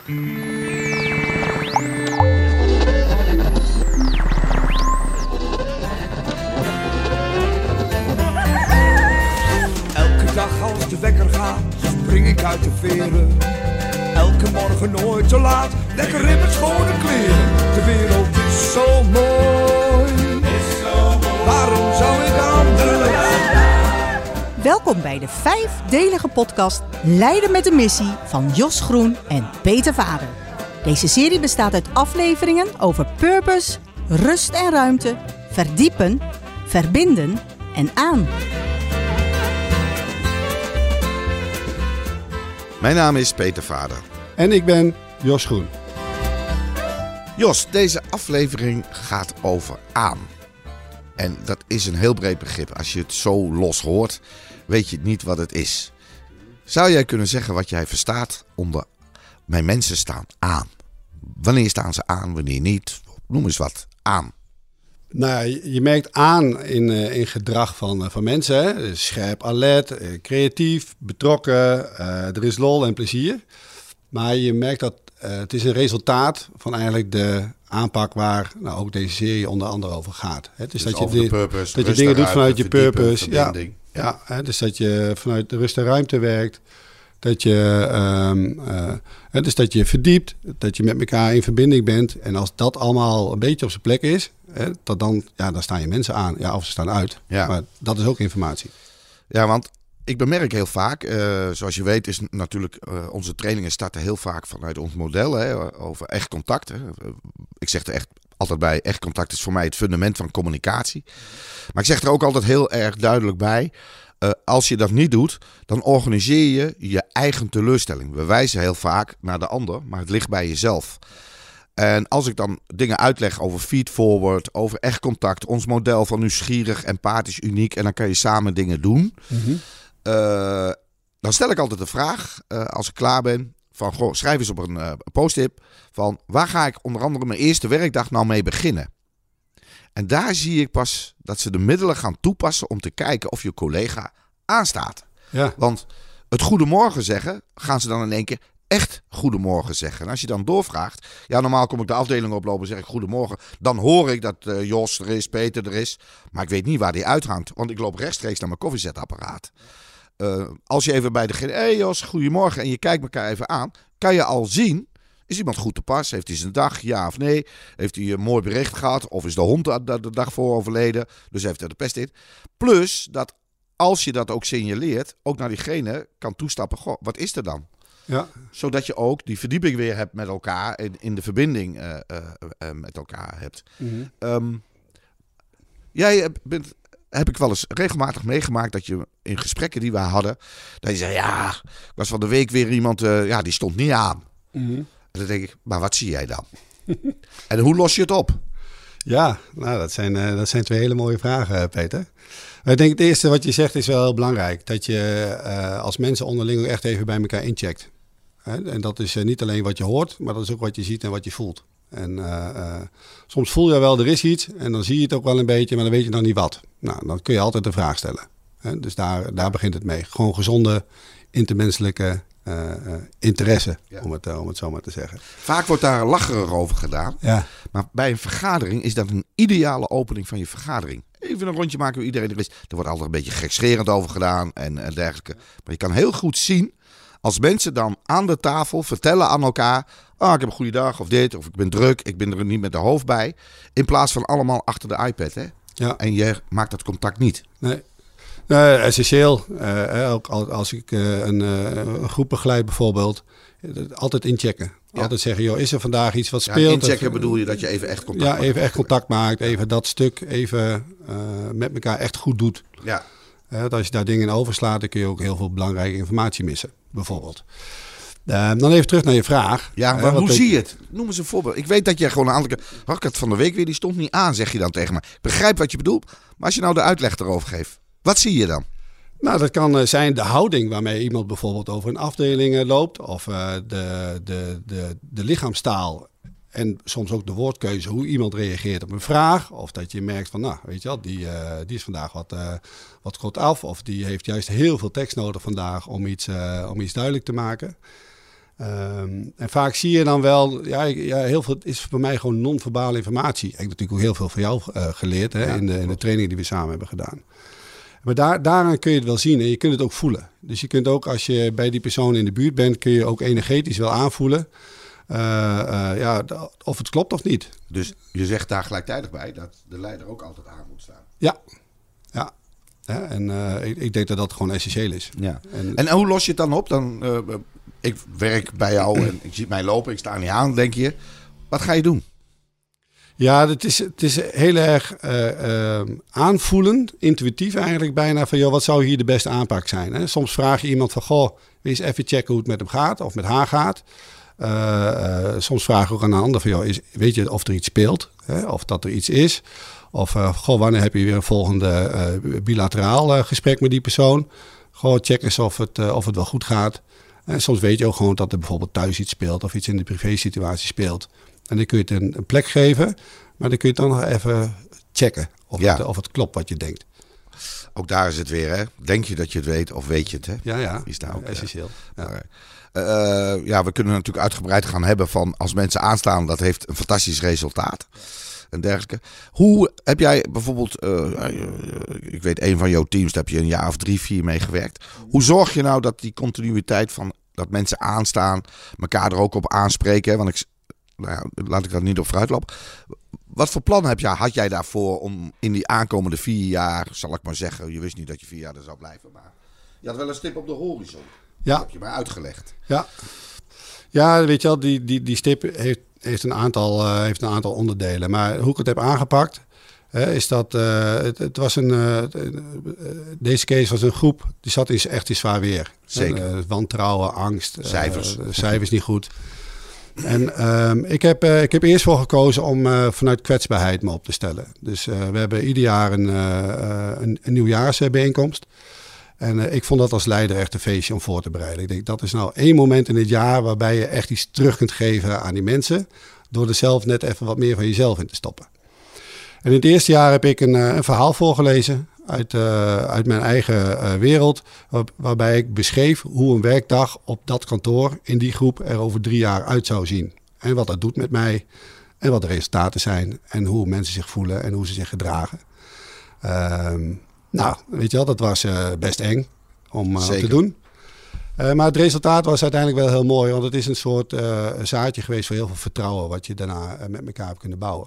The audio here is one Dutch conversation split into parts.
Elke dag als de wekker gaat, spring ik uit de veren. Elke morgen nooit te laat, lekker in mijn schone kleren. De wereld is zo mooi, waarom zou ik anders? Welkom bij de 5-delige podcast Leiden met de missie van Jos Groen en Peter Vader. Deze serie bestaat uit afleveringen over purpose, rust en ruimte, verdiepen, verbinden en aan. Mijn naam is Peter Vader. En ik ben Jos Groen. Jos, deze aflevering gaat over aan. En dat is een heel breed begrip. Als je het zo los hoort, weet je niet wat het is. Zou jij kunnen zeggen wat jij verstaat onder mijn mensen staan aan? Wanneer staan ze aan, wanneer niet? Noem eens wat aan. Nou, je merkt aan in gedrag van mensen. Hè? Scherp, alert, creatief, betrokken. Er is lol en plezier. Maar je merkt dat het is een resultaat van eigenlijk de aanpak waar ook deze serie onder andere over gaat. Hè? Dus dat je dingen doet vanuit je purpose. Ja, hè? Dus dat je vanuit de rust en ruimte werkt. Dat je, dus dat je verdiept, dat je met elkaar in verbinding bent. En als dat allemaal een beetje op zijn plek is, dan staan je mensen aan. Ja, of ze staan uit. Ja. Maar dat is ook informatie. Ja, want ik bemerk heel vaak, zoals je weet is natuurlijk onze trainingen starten heel vaak vanuit ons model. Hè, over echt contact. Hè. Ik zeg er echt altijd bij, echt contact is voor mij het fundament van communicatie. Maar ik zeg er ook altijd heel erg duidelijk bij. Als je dat niet doet, dan organiseer je je eigen teleurstelling. We wijzen heel vaak naar de ander, maar het ligt bij jezelf. En als ik dan dingen uitleg over feedforward, over echt contact, ons model van nieuwsgierig, empathisch, uniek, en dan kan je samen dingen doen. Mm-hmm. Dan stel ik altijd de vraag, als ik klaar ben, van schrijf eens op een post-it van waar ga ik onder andere mijn eerste werkdag nou mee beginnen? En daar zie ik pas dat ze de middelen gaan toepassen om te kijken of je collega aanstaat. Ja. Want het goedemorgen zeggen, gaan ze dan in één keer echt goedemorgen zeggen. En als je dan doorvraagt, ja, normaal kom ik de afdeling oplopen en zeg ik goedemorgen. Dan hoor ik dat Jos er is, Peter er is. Maar ik weet niet waar die uithangt, want ik loop rechtstreeks naar mijn koffiezetapparaat. Als je even bij degene, hey Jos, goedemorgen, en je kijkt elkaar even aan, kan je al zien, is iemand goed te pas? Heeft hij zijn dag, ja of nee? Heeft hij een mooi bericht gehad? Of is de hond de dag voor overleden? Dus heeft hij de pest in. Plus dat als je dat ook signaleert, ook naar diegene kan toestappen. Goh, wat is er dan? Ja. Zodat je ook die verdieping weer hebt met elkaar. In de verbinding met elkaar hebt. Mm-hmm. Heb ik wel eens regelmatig meegemaakt dat je in gesprekken die we hadden, dat je zei, ja, ik was van de week weer iemand, die stond niet aan. Mm-hmm. En dan denk ik, maar wat zie jij dan? En hoe los je het op? Ja, nou, dat zijn twee hele mooie vragen, Peter. Maar ik denk het eerste wat je zegt is wel heel belangrijk. Dat je als mensen onderling ook echt even bij elkaar incheckt. En dat is niet alleen wat je hoort, maar dat is ook wat je ziet en wat je voelt. En soms voel je wel, er is iets en dan zie je het ook wel een beetje, maar dan weet je nog niet wat. Nou, dan kun je altijd de vraag stellen. Dus daar begint het mee. Gewoon gezonde, intermenselijke interesse, ja. om het zo maar te zeggen. Vaak wordt daar lacherig over gedaan. Ja. Maar bij een vergadering is dat een ideale opening van je vergadering. Even een rondje maken hoe iedereen er is. Er wordt altijd een beetje gekscherend over gedaan en dergelijke. Maar je kan heel goed zien, als mensen dan aan de tafel vertellen aan elkaar, ik heb een goede dag of dit, of ik ben druk, ik ben er niet met de hoofd bij. In plaats van allemaal achter de iPad. Hè? Ja. En je maakt dat contact niet. Nee. Essentieel. Ook als ik een groep begeleid bijvoorbeeld, altijd inchecken. Ja. Altijd zeggen, joh, is er vandaag iets wat speelt? Inchecken bedoel je dat je even echt contact maakt? Ja, even echt contact maakt. Even dat stuk even met elkaar echt goed doet. Ja. Als je daar dingen in overslaat, dan kun je ook heel veel belangrijke informatie missen, bijvoorbeeld. Dan even terug naar je vraag. Ja, maar hoe zie je het? Noem eens een voorbeeld. Ik weet dat je gewoon een aantal keer, ik had van de week weer, die stond niet aan, zeg je dan tegen me. Ik begrijp wat je bedoelt, maar als je nou de uitleg erover geeft, wat zie je dan? Nou, dat kan zijn de houding waarmee iemand bijvoorbeeld over een afdeling loopt. Of de lichaamstaal en soms ook de woordkeuze, hoe iemand reageert op een vraag. Of dat je merkt van, nou, weet je wel, die is vandaag wat kort af. Of die heeft juist heel veel tekst nodig vandaag om iets duidelijk te maken. En vaak zie je dan wel, heel veel is voor mij gewoon non-verbale informatie. Ik heb natuurlijk ook heel veel van jou geleerd in de trainingen die we samen hebben gedaan. Maar daaraan kun je het wel zien en je kunt het ook voelen. Dus je kunt ook, als je bij die persoon in de buurt bent, kun je ook energetisch wel aanvoelen of het klopt of niet. Dus je zegt daar gelijktijdig bij dat de leider ook altijd aan moet staan. Ja. En ik denk dat dat gewoon essentieel is. Ja. En hoe los je het dan op? Ik werk bij jou en ik zie mij lopen, ik sta niet aan, denk je. Wat ga je doen? Ja, het is heel erg aanvoelend, intuïtief eigenlijk bijna. Van, wat zou hier de beste aanpak zijn? Hè? Soms vraag je iemand van, wil je eens even checken hoe het met hem gaat of met haar gaat. Soms vraag ik ook aan een ander van, weet je of er iets speelt? Hè? Of dat er iets is? Of wanneer heb je weer een volgende bilateraal gesprek met die persoon? Check eens of het wel goed gaat. En soms weet je ook gewoon dat er bijvoorbeeld thuis iets speelt of iets in de privésituatie speelt. En dan kun je het een plek geven, maar dan kun je het dan nog even checken of het klopt wat je denkt. Ook daar is het weer, hè? Denk je dat je het weet of weet je het, hè? Ja. Is daar ook essentieel. We kunnen natuurlijk uitgebreid gaan hebben van als mensen aanstaan, dat heeft een fantastisch resultaat. En dergelijke. Hoe heb jij bijvoorbeeld, ik weet een van jouw teams, daar heb je een jaar of 3, 4 mee gewerkt. Hoe zorg je nou dat die continuïteit van dat mensen aanstaan, elkaar er ook op aanspreken? Want laat ik daar niet op vooruit lopen. Wat voor plan had jij daarvoor om in die aankomende 4 jaar, zal ik maar zeggen, je wist niet dat je 4 jaar er zou blijven, maar je had wel een stip op de horizon. Ja. Dat heb je mij uitgelegd. Ja, weet je wel, die stip heeft een aantal onderdelen. Maar hoe ik het heb aangepakt, is dat het was deze case was een groep die zat echt in zwaar weer. Zeker. Wantrouwen, angst, cijfers niet goed. En ik heb eerst voor gekozen om vanuit kwetsbaarheid me op te stellen. Dus we hebben ieder jaar een nieuwjaarsbijeenkomst. En ik vond dat als leider echt een feestje om voor te bereiden. Ik denk, dat is nou 1 moment in het jaar waarbij je echt iets terug kunt geven aan die mensen. Door er zelf net even wat meer van jezelf in te stoppen. En in het eerste jaar heb ik een verhaal voorgelezen uit mijn eigen wereld. Waarbij ik beschreef hoe een werkdag op dat kantoor in die groep er over 3 jaar uit zou zien. En wat dat doet met mij. En wat de resultaten zijn. En hoe mensen zich voelen en hoe ze zich gedragen. Weet je wel, dat was best eng om te doen. Maar het resultaat was uiteindelijk wel heel mooi. Want het is een soort zaadje geweest voor heel veel vertrouwen. Wat je daarna met elkaar hebt kunnen bouwen.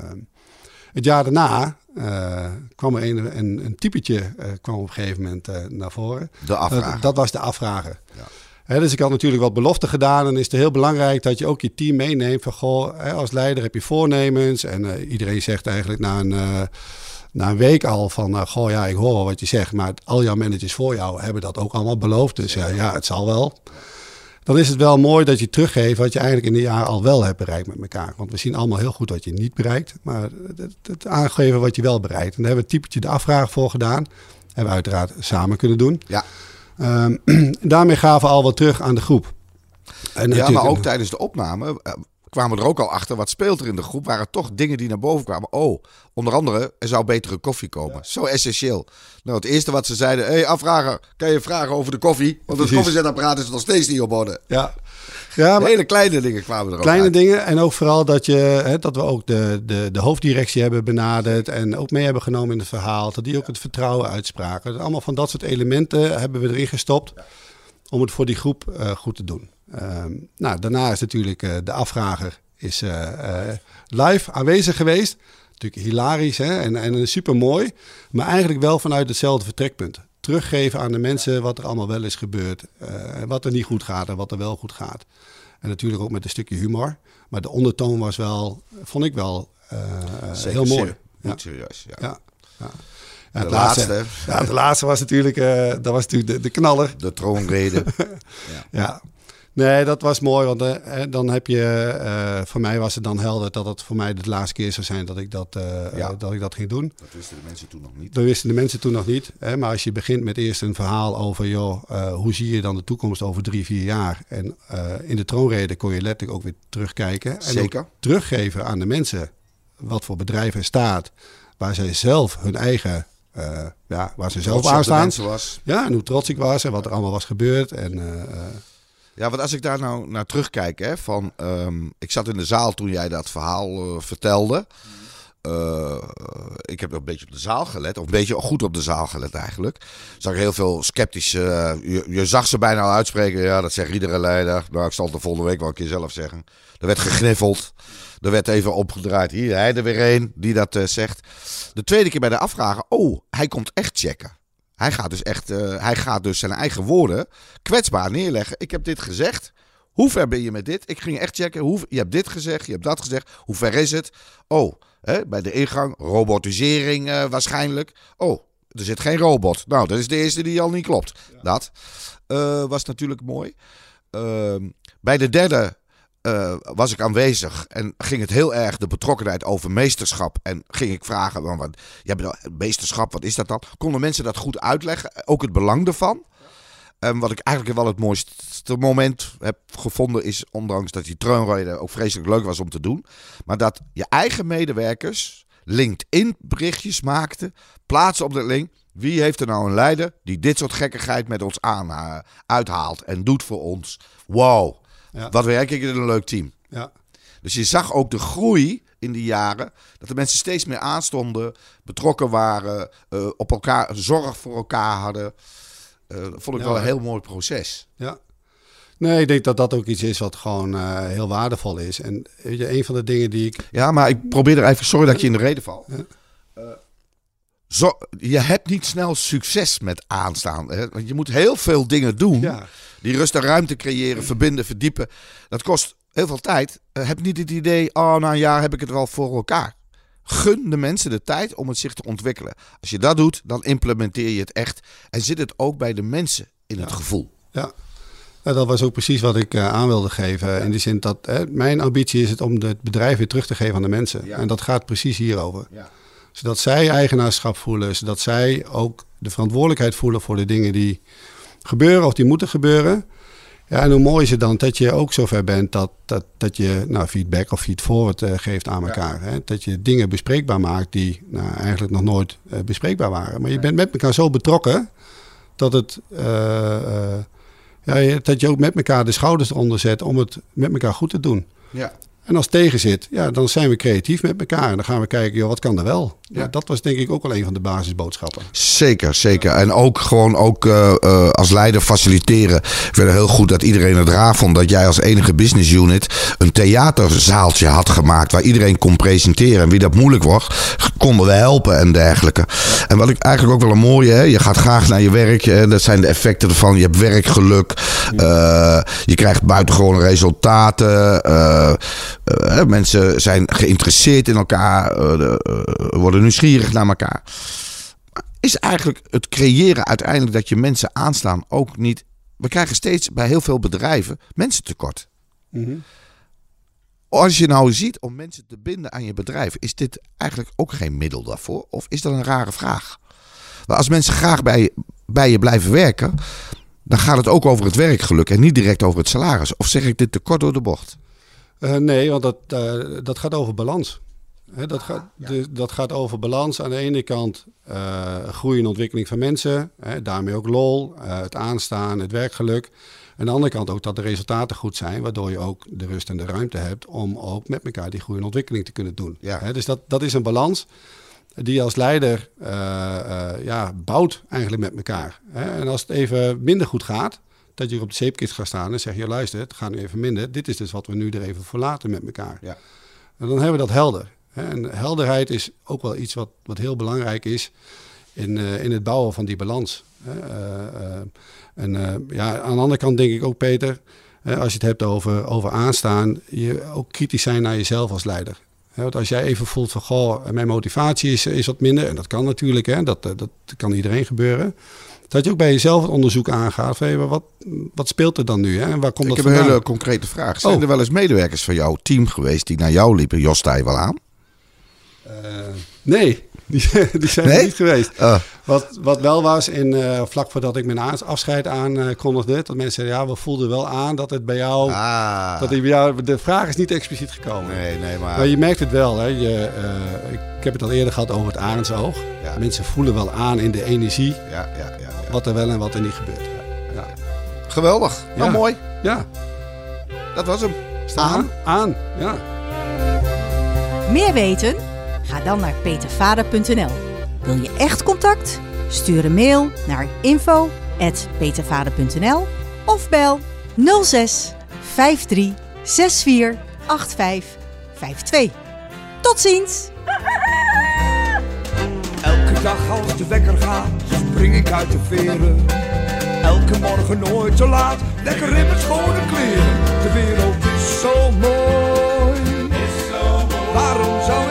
Het jaar daarna kwam er een typetje kwam op een gegeven moment naar voren. De afvrager. Dat was de afvrager. Ja. Dus ik had natuurlijk wat beloften gedaan. En is het heel belangrijk dat je ook je team meeneemt. Van, als leider heb je voornemens. En iedereen zegt eigenlijk na een week al van, ik hoor wel wat je zegt. Maar al jouw managers voor jou hebben dat ook allemaal beloofd. Dus het zal wel. Dan is het wel mooi dat je teruggeeft wat je eigenlijk in een jaar al wel hebt bereikt met elkaar. Want we zien allemaal heel goed wat je niet bereikt. Maar het aangeven wat je wel bereikt. En daar hebben we het typetje de afvraag voor gedaan. Hebben we uiteraard samen kunnen doen. Ja. Daarmee gaven we al wat terug aan de groep. En maar ook tijdens de opname kwamen we er ook al achter. Wat speelt er in de groep? Waren toch dingen die naar boven kwamen. Onder andere, er zou betere koffie komen. Ja. Zo essentieel. Nou, het eerste wat ze zeiden. Afvrager, kan je vragen over de koffie? Want het koffiezetapparaat is nog steeds niet op orde. Ja, maar hele kleine dingen kwamen er ook kleine uit. Dingen en ook vooral dat we ook de hoofddirectie hebben benaderd. En ook mee hebben genomen in het verhaal. Dat die ook het vertrouwen uitspraken. Dus allemaal van dat soort elementen hebben we erin gestopt. Om het voor die groep goed te doen. Daarna is natuurlijk de afvrager is live aanwezig geweest. Natuurlijk hilarisch en super mooi. Maar eigenlijk wel vanuit hetzelfde vertrekpunt. Teruggeven aan de mensen wat er allemaal wel is gebeurd. Wat er niet goed gaat en wat er wel goed gaat. En natuurlijk ook met een stukje humor. Maar de ondertoon was wel, vond ik wel heel mooi. Niet serieus. Ja. Ja, de laatste was natuurlijk, de knaller. De troonrede. Ja. Nee, dat was mooi, want dan heb je... voor mij was het dan helder dat het voor mij de laatste keer zou zijn dat ik dat ging doen. Dat wisten de mensen toen nog niet. Dat wisten de mensen toen nog niet. Maar als je begint met eerst een verhaal over... hoe zie je dan de toekomst over 3-4 jaar? En in de troonrede kon je letterlijk ook weer terugkijken. En zeker. Ook teruggeven aan de mensen wat voor bedrijf er staat... waar zij zelf hun eigen... waar ze zelf aan staan. Was. Ja, en hoe trots ik was en wat er allemaal was gebeurd. En Ja, want als ik daar nou naar terugkijk, hè, ik zat in de zaal toen jij dat verhaal vertelde. Ik heb een beetje op de zaal gelet, of een beetje goed op de zaal gelet eigenlijk. Zag ik heel veel sceptisch. Je zag ze bijna al uitspreken. Ja, dat zegt iedere leider. Nou, ik zal het de volgende week wel een keer zelf zeggen. Er werd gegniffeld. Er werd even opgedraaid. Hier, hij er weer een die dat zegt. De tweede keer bij de afvragen. Oh, hij komt echt checken. Hij gaat dus zijn eigen woorden kwetsbaar neerleggen. Ik heb dit gezegd. Hoe ver ben je met dit? Ik ging echt checken. Je hebt dit gezegd, je hebt dat gezegd. Hoe ver is het? Oh, bij de ingang, robotisering waarschijnlijk. Oh, er zit geen robot. Nou, dat is de eerste die al niet klopt. Ja. Dat was natuurlijk mooi. Bij de derde was ik aanwezig en ging het heel erg de betrokkenheid over meesterschap. En ging ik vragen, meesterschap, wat is dat dan? Konden mensen dat goed uitleggen? Ook het belang ervan. Wat ik eigenlijk wel het mooiste moment heb gevonden is, ondanks dat die troonrede ook vreselijk leuk was om te doen, maar dat je eigen medewerkers LinkedIn berichtjes maakten, plaatsen op de link. Wie heeft er nou een leider die dit soort gekkigheid met ons uithaalt en doet voor ons? Wow, wat werk ik in een leuk team. Ja. Dus je zag ook de groei in die jaren, dat de mensen steeds meer aanstonden, betrokken waren, op elkaar, zorg voor elkaar hadden. Dat vond ik wel een heel mooi proces. Ja. Nee, ik denk dat dat ook iets is wat gewoon heel waardevol is. En een van de dingen die ik... Ja, maar ik probeer er even... Sorry dat je in de reden valt. Ja. Je hebt niet snel succes met aanstaan. Hè? Want je moet heel veel dingen doen. Ja. Die rust en ruimte creëren, verbinden, verdiepen. Dat kost heel veel tijd. Heb niet het idee, na een jaar heb ik het wel voor elkaar. Gun de mensen de tijd om het zich te ontwikkelen. Als je dat doet, dan implementeer je het echt. En zit het ook bij de mensen in het gevoel. Ja. Dat was ook precies wat ik aan wilde geven. Ja. In de zin dat mijn ambitie is het om het bedrijf weer terug te geven aan de mensen. Ja. En dat gaat precies hierover. Ja. Zodat zij eigenaarschap voelen. Zodat zij ook de verantwoordelijkheid voelen voor de dingen die gebeuren of die moeten gebeuren. Ja, en hoe mooi is het dan dat je ook zover bent dat je feedback of feedforward geeft aan elkaar. Ja. Hè? Dat je dingen bespreekbaar maakt die eigenlijk nog nooit bespreekbaar waren. Maar je bent met elkaar zo betrokken dat dat je ook met elkaar de schouders eronder zet om het met elkaar goed te doen. Ja. En als het tegen zit, dan zijn we creatief met elkaar. En dan gaan we kijken, wat kan er wel? Ja. Dat was denk ik ook wel een van de basisboodschappen. Zeker, zeker. En ook als leider faciliteren. Ik vind het heel goed dat iedereen het raar vond dat jij als enige business unit een theaterzaaltje had gemaakt waar iedereen kon presenteren. En wie dat moeilijk wordt, konden we helpen en dergelijke. Ja. En wat ik eigenlijk ook wel een mooie, je gaat graag naar je werk. Dat zijn de effecten ervan. Je hebt werkgeluk. Je krijgt buitengewone resultaten. Mensen zijn geïnteresseerd in elkaar, worden nieuwsgierig naar elkaar. Is eigenlijk het creëren uiteindelijk dat je mensen aanstaan ook niet... We krijgen steeds bij heel veel bedrijven mensen tekort. Mm-hmm. Als je nou ziet om mensen te binden aan je bedrijf, is dit eigenlijk ook geen middel daarvoor? Of is dat een rare vraag? Maar als mensen graag bij je blijven werken, dan gaat het ook over het werkgeluk en niet direct over het salaris. Of zeg ik dit te kort door de bocht? Nee, want dat gaat over balans. Dat gaat over balans. Aan de ene kant groei en ontwikkeling van mensen. Daarmee ook lol, het aanstaan, het werkgeluk. Aan de andere kant ook dat de resultaten goed zijn. Waardoor je ook de rust en de ruimte hebt om ook met elkaar die groei en ontwikkeling te kunnen doen. Ja. Dus dat is een balans die je als leider bouwt eigenlijk met elkaar. En als het even minder goed gaat, dat je op de zeepkist gaat staan en zeg je, luister, het gaat nu even minder. Dit is dus wat we nu er even voor laten met elkaar. Ja. En dan hebben we dat helder. En helderheid is ook wel iets wat heel belangrijk is in het bouwen van die balans. Aan de andere kant denk ik ook, Peter, als je het hebt over aanstaan, je ook kritisch zijn naar jezelf als leider. Want als jij even voelt van, goh, mijn motivatie is wat minder, en dat kan natuurlijk, dat kan iedereen gebeuren. Dat je ook bij jezelf het onderzoek aangaat. Van, wat speelt er dan nu? Hè? En waar komt dat vandaan? Ik heb een hele concrete vraag. Zijn er wel eens medewerkers van jouw team geweest die naar jou liepen? Jos, sta je wel aan? Nee, die zijn er niet geweest. Wat wel was, vlak voordat ik mijn afscheid aankondigde, dat mensen zeiden, we voelden wel aan dat het bij jou... de vraag is niet expliciet gekomen. Nee, maar je merkt het wel. Hè? Ik heb het al eerder gehad over het arendsoog. Ja. Mensen voelen wel aan in de energie wat er wel en wat er niet gebeurt. Ja. Geweldig. Ja. Nou, mooi. Ja. Dat was hem. Aan. Ja. Meer weten? Ga dan naar petervader.nl. Wil je echt contact? Stuur een mail naar info@petervader.nl of bel 06 53 64 85 52. Tot ziens! Elke dag als de wekker gaat, spring ik uit de veren. Elke morgen nooit te laat, lekker in mijn schone kleren. De wereld is zo mooi, waarom zou